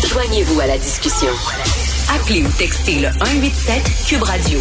Joignez-vous à la discussion. Appelez ou textez le 187 Cube Radio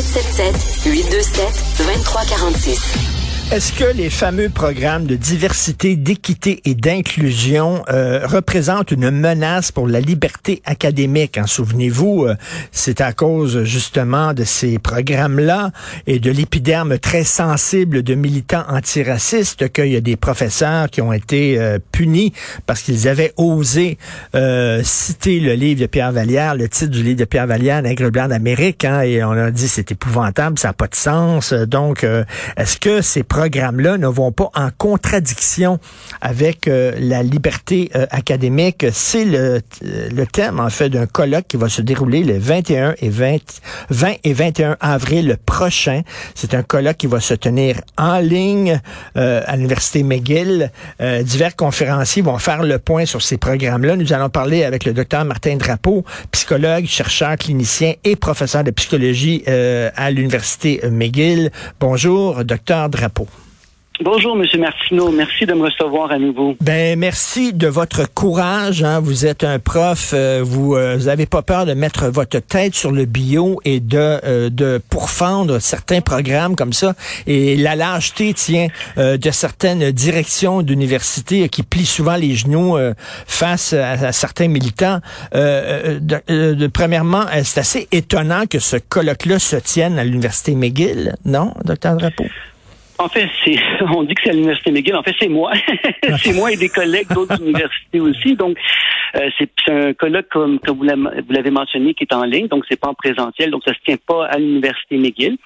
1877 827 2346. Est-ce que les fameux programmes de diversité, d'équité et d'inclusion représentent une menace pour la liberté académique? Souvenez-vous, c'est à cause justement de ces programmes-là et de l'épiderme très sensible de militants antiracistes qu'il y a des professeurs qui ont été punis parce qu'ils avaient osé citer le livre de Pierre Vallière, le titre du livre de Pierre Vallière, Nègre blanc d'Amérique, et on a dit c'est épouvantable, ça n'a pas de sens. Donc, est-ce que ces programmes-là ne vont pas en contradiction avec la liberté académique? C'est le thème, en fait, d'un colloque qui va se dérouler le 20 et 21 avril prochain. C'est un colloque qui va se tenir en ligne à l'Université McGill. Divers conférenciers vont faire le point sur ces programmes-là. Nous allons parler avec le docteur Martin Drapeau, psychologue, chercheur, clinicien et professeur de psychologie à l'Université McGill. Bonjour, docteur Drapeau. Bonjour, M. Martineau. Merci de me recevoir à nouveau. Merci de votre courage. Vous êtes un prof. Vous avez pas peur de mettre votre tête sur le bio et de pourfendre certains programmes comme ça. Et la lâcheté, de certaines directions d'université qui plient souvent les genoux face à certains militants. Premièrement, c'est assez étonnant que ce colloque-là se tienne à l'Université McGill, non, docteur Drapeau? En fait, on dit que c'est à l'Université McGill. En fait, c'est moi. C'est moi et des collègues d'autres universités aussi. Donc, c'est un colloque, comme vous l'avez mentionné, qui est en ligne. Donc, c'est pas en présentiel. Donc, ça se tient pas à l'Université McGill.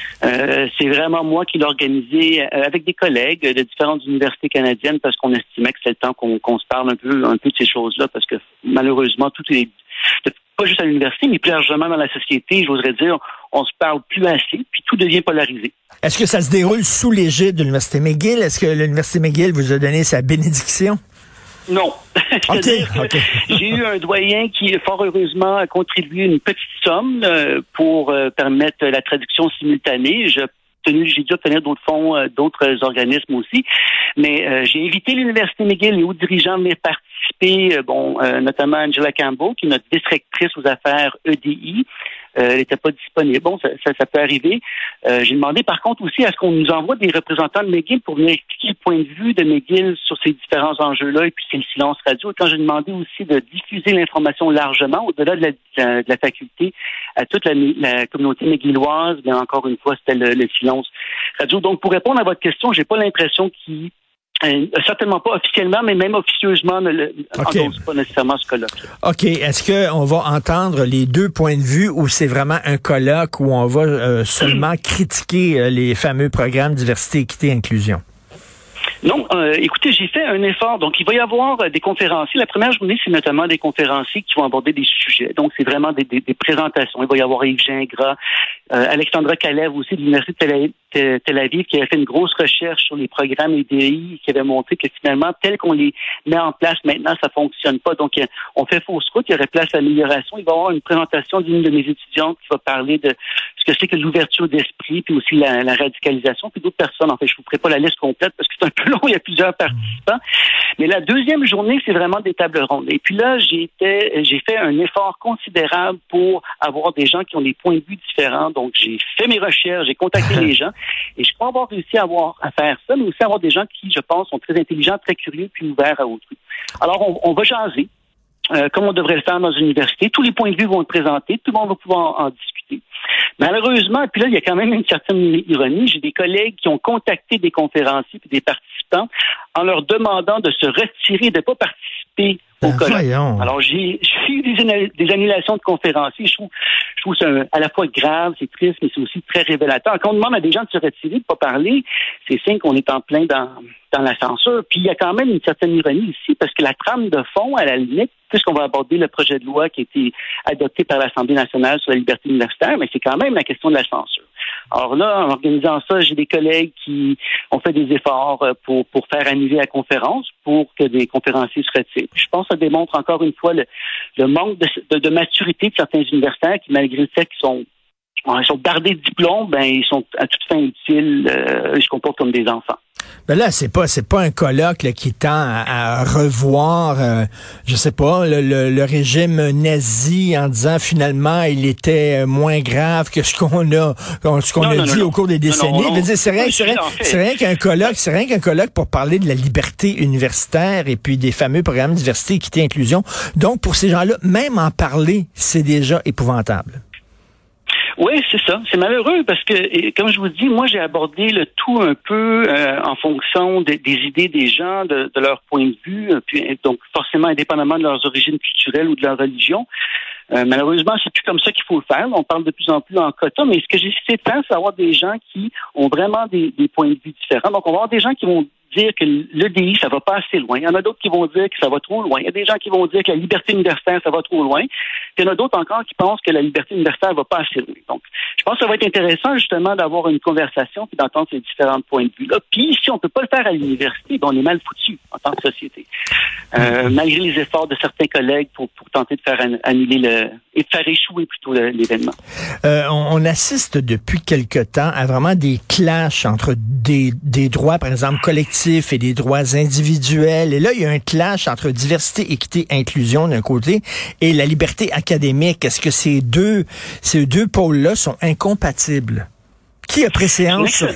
C'est vraiment moi qui l'ai organisé avec des collègues de différentes universités canadiennes parce qu'on estimait que c'est le temps qu'on se parle un peu de ces choses-là parce que malheureusement, tout est pas juste à l'université, mais plus largement dans la société, j'oserais dire, on se parle plus assez, puis tout devient polarisé. Est-ce que ça se déroule sous l'égide de l'Université McGill? Est-ce que l'Université McGill vous a donné sa bénédiction? Non. C'est-à-dire que j'ai eu un doyen qui, fort heureusement, a contribué une petite somme pour permettre la traduction simultanée. J'ai dû obtenir d'autres fonds, d'autres organismes aussi. Mais j'ai invité l'Université McGill, les hauts dirigeants, de participer, notamment Angela Campbell, qui est notre directrice aux affaires EDI. Elle n'était pas disponible. Bon, ça peut arriver. J'ai demandé, par contre, aussi à ce qu'on nous envoie des représentants de McGill pour venir expliquer le point de vue de McGill sur ces différents enjeux-là, et puis c'est le silence radio. Et quand j'ai demandé aussi de diffuser l'information largement, au-delà de la faculté, à toute la communauté McGilloise, bien encore une fois, c'était le silence radio. Donc, pour répondre à votre question, j'ai pas l'impression qu'il certainement pas officiellement, mais même officieusement, n'endosse pas nécessairement ce colloque. OK. Est-ce qu'on va entendre les deux points de vue ou c'est vraiment un colloque où on va seulement critiquer les fameux programmes diversité, équité, inclusion? Non, écoutez, j'ai fait un effort. Donc, il va y avoir des conférenciers. La première journée, c'est notamment des conférenciers qui vont aborder des sujets. Donc, c'est vraiment des présentations. Il va y avoir Yves Gingras, Alexandra Kalev aussi de l'Université de Tel Aviv qui avait fait une grosse recherche sur les programmes EDI qui avait montré que finalement, tel qu'on les met en place maintenant, ça fonctionne pas. Donc, on fait fausse route. Il y aurait place à l'amélioration. Il va y avoir une présentation d'une de mes étudiantes qui va parler de ce que c'est que l'ouverture d'esprit, puis aussi la radicalisation, puis d'autres personnes. En fait, je vous ferai pas la liste complète parce que c'est un peu long, il y a plusieurs participants. Mais la deuxième journée, c'est vraiment des tables rondes. Et puis là, j'ai fait un effort considérable pour avoir des gens qui ont des points de vue différents. Donc, j'ai fait mes recherches, j'ai contacté les gens. Et je crois avoir réussi à faire ça, mais aussi avoir des gens qui, je pense, sont très intelligents, très curieux, puis ouverts à autrui. Alors, on va jaser, comme on devrait le faire dans une université. Tous les points de vue vont être présentés, tout le monde va pouvoir en discuter. Malheureusement, puis là, il y a quand même une certaine ironie. J'ai des collègues qui ont contacté des conférenciers et des participants en leur demandant de se retirer, de ne pas participer au colloque. Alors, j'ai eu des annulations de conférenciers. Je trouve ça à la fois grave, c'est triste, mais c'est aussi très révélateur. Quand on demande à des gens de se retirer, de ne pas parler, c'est signe qu'on est en plein dans la censure. Puis il y a quand même une certaine ironie ici, parce que la trame de fond, à la limite, puisqu'on va aborder le projet de loi qui a été adopté par l'Assemblée nationale sur la liberté universitaire, mais c'est quand même la question de la censure. Alors là, en organisant ça, j'ai des collègues qui ont fait des efforts pour faire annuler la conférence, pour que des conférenciers se retirent. Je pense que ça démontre encore une fois le manque de maturité de certains universitaires qui, malgré le fait qu'ils sont bardés de diplômes, ils sont à toute fin utiles, ils se comportent comme des enfants. Ben là, c'est pas un colloque là, qui tend à revoir, je sais pas, le régime nazi en disant finalement il était moins grave que ce qu'on a dit au cours des décennies. C'est rien qu'un colloque pour parler de la liberté universitaire et puis des fameux programmes diversité, équité, inclusion. Donc pour ces gens-là, même en parler, c'est déjà épouvantable. Oui, c'est ça. C'est malheureux parce que, comme je vous dis, moi, j'ai abordé le tout un peu en fonction des idées des gens, de leur point de vue, puis donc forcément indépendamment de leurs origines culturelles ou de leur religion. Malheureusement, c'est plus comme ça qu'il faut le faire. On parle de plus en plus en quota, mais ce que j'ai essayé de faire, c'est avoir des gens qui ont vraiment des points de vue différents. Donc, on va avoir des gens qui vont dire que l'EDI, ça va pas assez loin. Il y en a d'autres qui vont dire que ça va trop loin. Il y a des gens qui vont dire que la liberté universitaire, ça va trop loin. Puis il y en a d'autres encore qui pensent que la liberté universitaire va pas assez loin. Donc, je pense que ça va être intéressant, justement, d'avoir une conversation puis d'entendre ces différents points de vue-là. Puis, si on peut pas le faire à l'université, ben, on est mal foutu en tant que société. Malgré les efforts de certains collègues pour tenter de faire annuler et de faire échouer plutôt l'événement. On assiste depuis quelque temps à vraiment des clashs entre des droits, par exemple, collectifs et des droits individuels. Et là, il y a un clash entre diversité, équité, inclusion d'un côté et la liberté académique. Est-ce que ces deux pôles-là sont incompatibles? Qui a préséance sur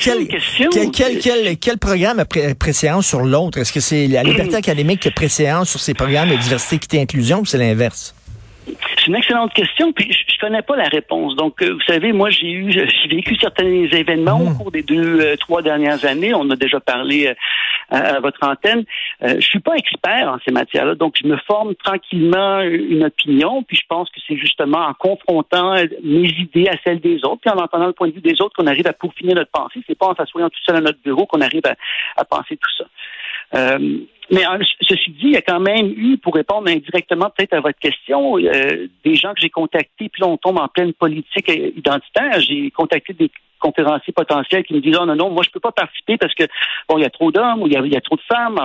quel programme a préséance sur l'autre? Est-ce que c'est la liberté académique qui a préséance sur ces programmes de diversité, équité, inclusion ou c'est l'inverse? C'est une excellente question, puis je connais pas la réponse. Donc, vous savez, moi, j'ai vécu certains événements au cours des 2-3 dernières années. On a déjà parlé à votre antenne. Je suis pas expert en ces matières-là, donc je me forme tranquillement une opinion, puis je pense que c'est justement en confrontant mes idées à celles des autres, puis en entendant le point de vue des autres qu'on arrive à peaufiner notre pensée. C'est pas en s'assoyant tout seul à notre bureau qu'on arrive à penser tout ça. Mais ceci dit, il y a quand même eu, pour répondre indirectement peut-être à votre question, des gens que j'ai contactés, puis là on tombe en pleine politique identitaire. J'ai contacté des conférenciers potentiels qui me disent non, moi je peux pas participer parce que bon, il y a trop d'hommes ou il y a trop de femmes.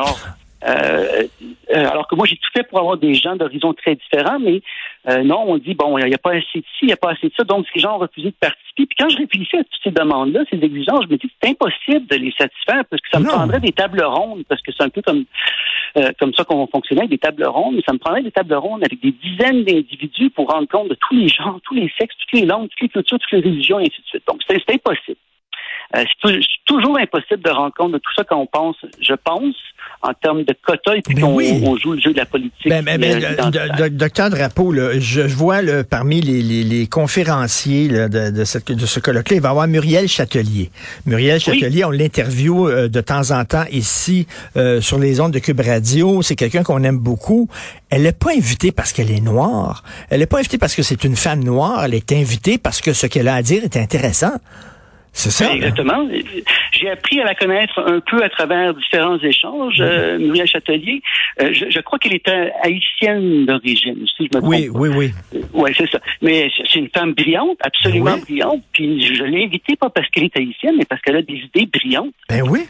Alors que moi j'ai tout fait pour avoir des gens d'horizons très différents, mais non, on dit bon, il n'y a pas assez de ci, il n'y a pas assez de ça, donc ces gens ont refusé de participer. Puis quand je réfléchissais à toutes ces demandes-là, ces exigences, je me dis que c'est impossible de les satisfaire parce que ça me prendrait des tables rondes, parce que c'est un peu comme ça qu'on fonctionnait avec des tables rondes, mais ça me prendrait des tables rondes avec des dizaines d'individus pour rendre compte de tous les genres, tous les sexes, toutes les langues, toutes les cultures, toutes les religions, et ainsi de suite. Donc c'est impossible. C'est toujours impossible de rendre compte de tout ça quand on pense, je pense, en termes de quotas et puis on joue le jeu de la politique. Docteur Drapeau, là, je vois là, parmi les conférenciers là, de ce colloque-là, il va y avoir Muriel Châtelier. Muriel Châtelier, on l'interviewe de temps en temps ici sur les ondes de Cube Radio. C'est quelqu'un qu'on aime beaucoup. Elle n'est pas invitée parce qu'elle est noire. Elle n'est pas invitée parce que c'est une femme noire. Elle est invitée parce que ce qu'elle a à dire est intéressant. C'est ça. Exactement. J'ai appris à la connaître un peu à travers différents échanges. Muriel Châtelier, je crois qu'elle était haïtienne d'origine, si je me trompe. Oui. Oui, c'est ça. Mais c'est une femme brillante, absolument brillante. Puis je l'ai invitée pas parce qu'elle est haïtienne, mais parce qu'elle a des idées brillantes. Ben oui.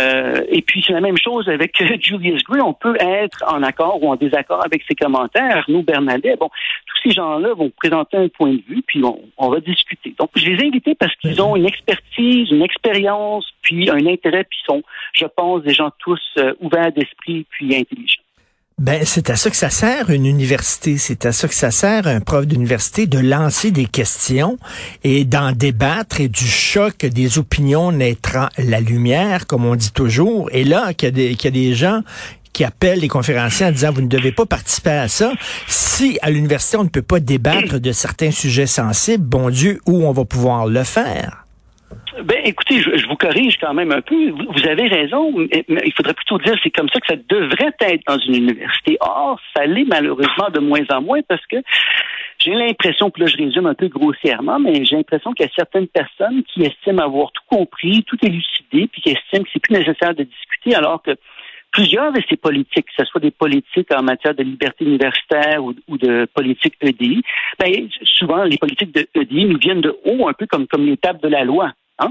Et puis c'est la même chose avec Julius Gray. On peut être en accord ou en désaccord avec ses commentaires. Arnaud Bernardet, bon, tous ces gens-là vont présenter un point de vue, puis on va discuter. Donc je les ai invités parce qu'ils ont une expertise, une expérience, puis un intérêt, puis sont, je pense, des gens tous ouverts d'esprit, puis intelligents. Ben, c'est à ça que ça sert une université, c'est à ça que ça sert un prof d'université, de lancer des questions et d'en débattre et du choc des opinions naîtra la lumière, comme on dit toujours. Et là, qu'il y a des gens qui appellent les conférenciers en disant vous ne devez pas participer à ça. Si à l'université on ne peut pas débattre de certains sujets sensibles, bon Dieu, où on va pouvoir le faire? Ben, écoutez, je vous corrige quand même un peu. Vous avez raison, mais il faudrait plutôt dire c'est comme ça que ça devrait être dans une université. Or, ça l'est malheureusement de moins en moins parce que j'ai l'impression, puis là je résume un peu grossièrement, mais j'ai l'impression qu'il y a certaines personnes qui estiment avoir tout compris, tout élucidé, puis qui estiment que c'est plus nécessaire de discuter, alors que plusieurs de ces politiques, que ce soit des politiques en matière de liberté universitaire ou de politique EDI, ben, souvent les politiques de EDI nous viennent de haut, un peu comme les tables de la loi. Hein?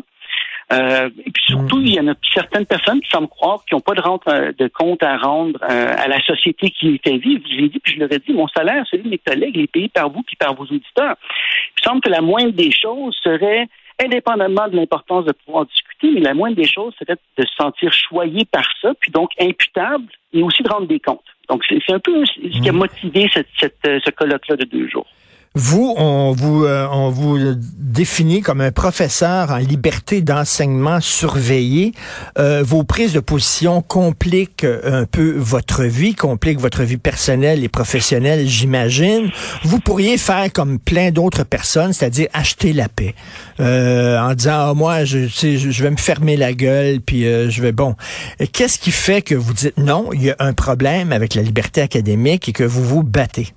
Et puis surtout, il y en a certaines personnes qui semblent croire qu'ils n'ont pas de compte à rendre à la société qui les fait vivre. Je l'ai dit, puis je leur ai dit, mon salaire, celui de mes collègues, il est payé par vous puis par vos auditeurs. Il me semble que la moindre des choses serait indépendamment de l'importance de pouvoir discuter, mais la moindre des choses, c'est de se sentir choyé par ça, puis donc imputable, et aussi de rendre des comptes. Donc, c'est un peu ce qui a motivé ce colloque-là de 2 jours. Vous, on vous définit comme un professeur en liberté d'enseignement surveillé. Vos prises de position compliquent un peu votre vie personnelle et professionnelle, j'imagine. Vous pourriez faire comme plein d'autres personnes, c'est-à-dire acheter la paix, en disant moi, je vais me fermer la gueule, puis je vais Qu'est-ce qui fait que vous dites non, il y a un problème avec la liberté académique et que vous vous battez?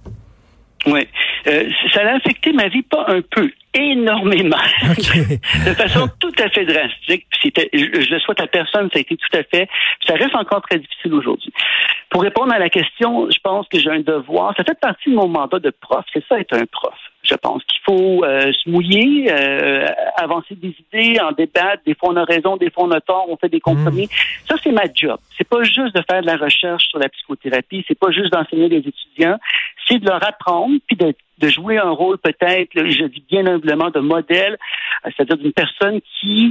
Oui. Ça a affecté ma vie, pas un peu, énormément. Okay. De façon tout à fait drastique. Je le souhaite à personne, ça a été tout à fait. Ça reste encore très difficile aujourd'hui. Pour répondre à la question, je pense que j'ai un devoir. Ça fait partie de mon mandat de prof. C'est ça, être un prof. Je pense qu'il faut se mouiller, avancer des idées, en débattre. Des fois, on a raison, des fois, on a tort, on fait des compromis. Ça, c'est ma job. C'est pas juste de faire de la recherche sur la psychothérapie. C'est pas juste d'enseigner les étudiants. C'est de leur apprendre, puis de jouer un rôle peut-être, je dis bien humblement, de modèle, c'est-à-dire d'une personne qui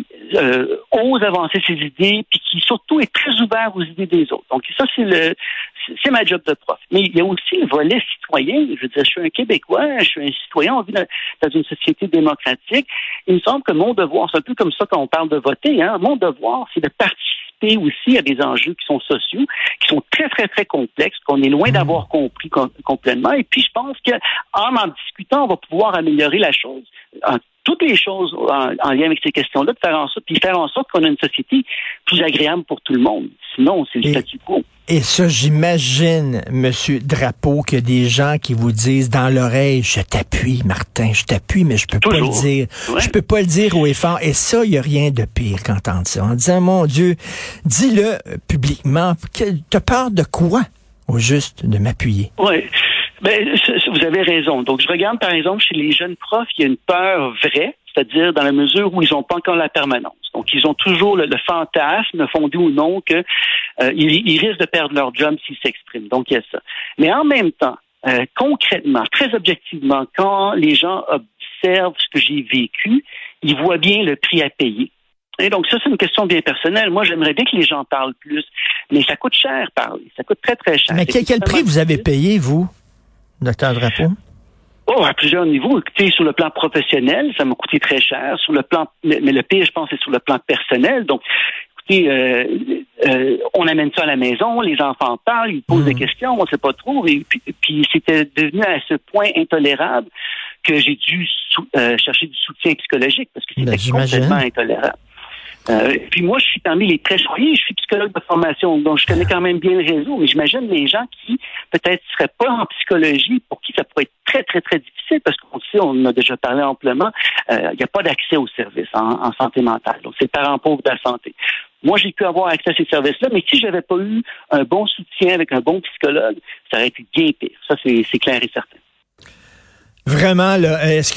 ose avancer ses idées, puis qui surtout est très ouvert aux idées des autres. Donc ça, c'est ma job de prof. Mais il y a aussi le volet citoyen. Je veux dire, je suis un Québécois, je suis un citoyen, on vit dans une société démocratique. Il me semble que mon devoir, c'est un peu comme ça quand on parle de voter, mon devoir, c'est de participer aussi à des enjeux qui sont sociaux, qui sont très, très, très complexes, qu'on est loin d'avoir compris complètement. Et puis, je pense qu'en discutant, on va pouvoir améliorer la chose, toutes les choses en lien avec ces questions-là, de faire en sorte qu'on a une société plus agréable pour tout le monde. Sinon, c'est le statu quo. Et ça, j'imagine, Monsieur Drapeau, qu'il y a des gens qui vous disent dans l'oreille, je t'appuie, Martin, je t'appuie, mais je peux pas le dire. Ouais. Je peux pas le dire haut et fort. Et ça, il y a rien de pire qu'entendre ça. En disant, mon Dieu, dis-le publiquement. T'as peur de quoi, au juste, de m'appuyer? Oui. Vous avez raison. Donc, je regarde, par exemple, chez les jeunes profs, il y a une peur vraie, c'est-à-dire dans la mesure où ils n'ont pas encore la permanence. Donc, ils ont toujours le fantasme, fondé ou non, que ils risquent de perdre leur job s'ils s'expriment. Donc, il y a ça. Mais en même temps, concrètement, très objectivement, quand les gens observent ce que j'ai vécu, ils voient bien le prix à payer. Et donc, ça, c'est une question bien personnelle. Moi, j'aimerais bien que les gens parlent plus, mais ça coûte cher parler. Ça coûte très, très cher. Mais quel prix vous avez payé, vous, Dr. Drapeau? À plusieurs niveaux. Écoutez, sur le plan professionnel, ça m'a coûté très cher. Sur le plan, mais le pire, je pense, c'est sur le plan personnel. Donc, écoutez, on amène ça à la maison, les enfants parlent, ils posent des questions, on ne sait pas trop. Et puis c'était devenu à ce point intolérable que j'ai dû chercher du soutien psychologique parce que c'était complètement intolérable. Puis moi, je suis parmi les très choyés, je suis psychologue de formation, donc je connais quand même bien le réseau, mais j'imagine les gens qui peut-être seraient pas en psychologie, pour qui ça pourrait être très, très, très difficile, parce qu'on sait, on en a déjà parlé amplement, il n'y a pas d'accès aux services en santé mentale. Donc, c'est le parent pauvre de la santé. Moi, j'ai pu avoir accès à ces services-là, mais si j'avais pas eu un bon soutien avec un bon psychologue, ça aurait été bien pire. Ça, c'est clair et certain. Vraiment, là, est-ce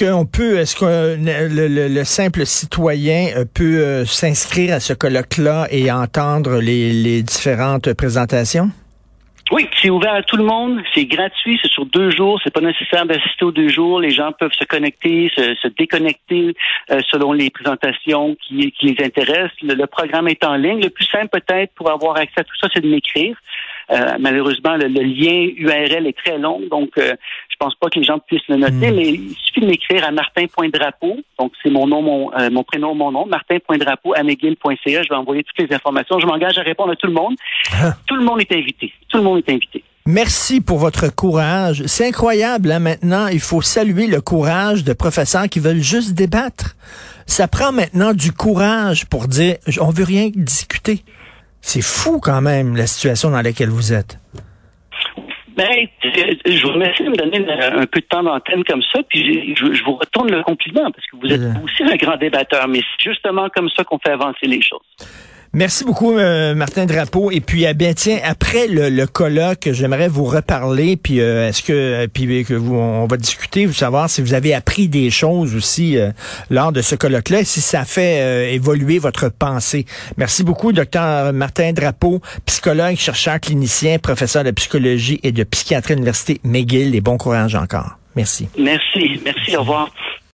que le simple citoyen peut s'inscrire à ce colloque-là et entendre les différentes présentations? Oui, c'est ouvert à tout le monde, c'est gratuit, c'est sur 2 jours, c'est pas nécessaire d'assister aux 2 jours, les gens peuvent se connecter, se déconnecter selon les présentations qui les intéressent. Le programme est en ligne. Le plus simple peut-être pour avoir accès à tout ça, c'est de m'écrire. Malheureusement, le lien URL est très long, donc je pense pas que les gens puissent le noter, mais il suffit de m'écrire à martin.drapeau, donc c'est mon nom, mon prénom, mon nom, martin.drapeau@mcgill.ca. Je vais envoyer toutes les informations. Je m'engage à répondre à tout le monde. Tout le monde est invité. Tout le monde est invité. Merci pour votre courage. C'est incroyable, maintenant. Il faut saluer le courage de professeurs qui veulent juste débattre. Ça prend maintenant du courage pour dire, on veut rien discuter. C'est fou quand même, la situation dans laquelle vous êtes. Je vous remercie de me donner un peu de temps d'antenne comme ça, puis je vous retourne le compliment, parce que vous êtes aussi un grand débatteur, mais c'est justement comme ça qu'on fait avancer les choses. Merci beaucoup, Martin Drapeau. Et puis, après le colloque, j'aimerais vous reparler. Puis, on va discuter, vous savoir si vous avez appris des choses aussi lors de ce colloque-là, et si ça fait évoluer votre pensée. Merci beaucoup, Dr. Martin Drapeau, psychologue, chercheur clinicien, professeur de psychologie et de psychiatrie à l'Université McGill. Et bon courage encore. Merci. Merci. Au revoir.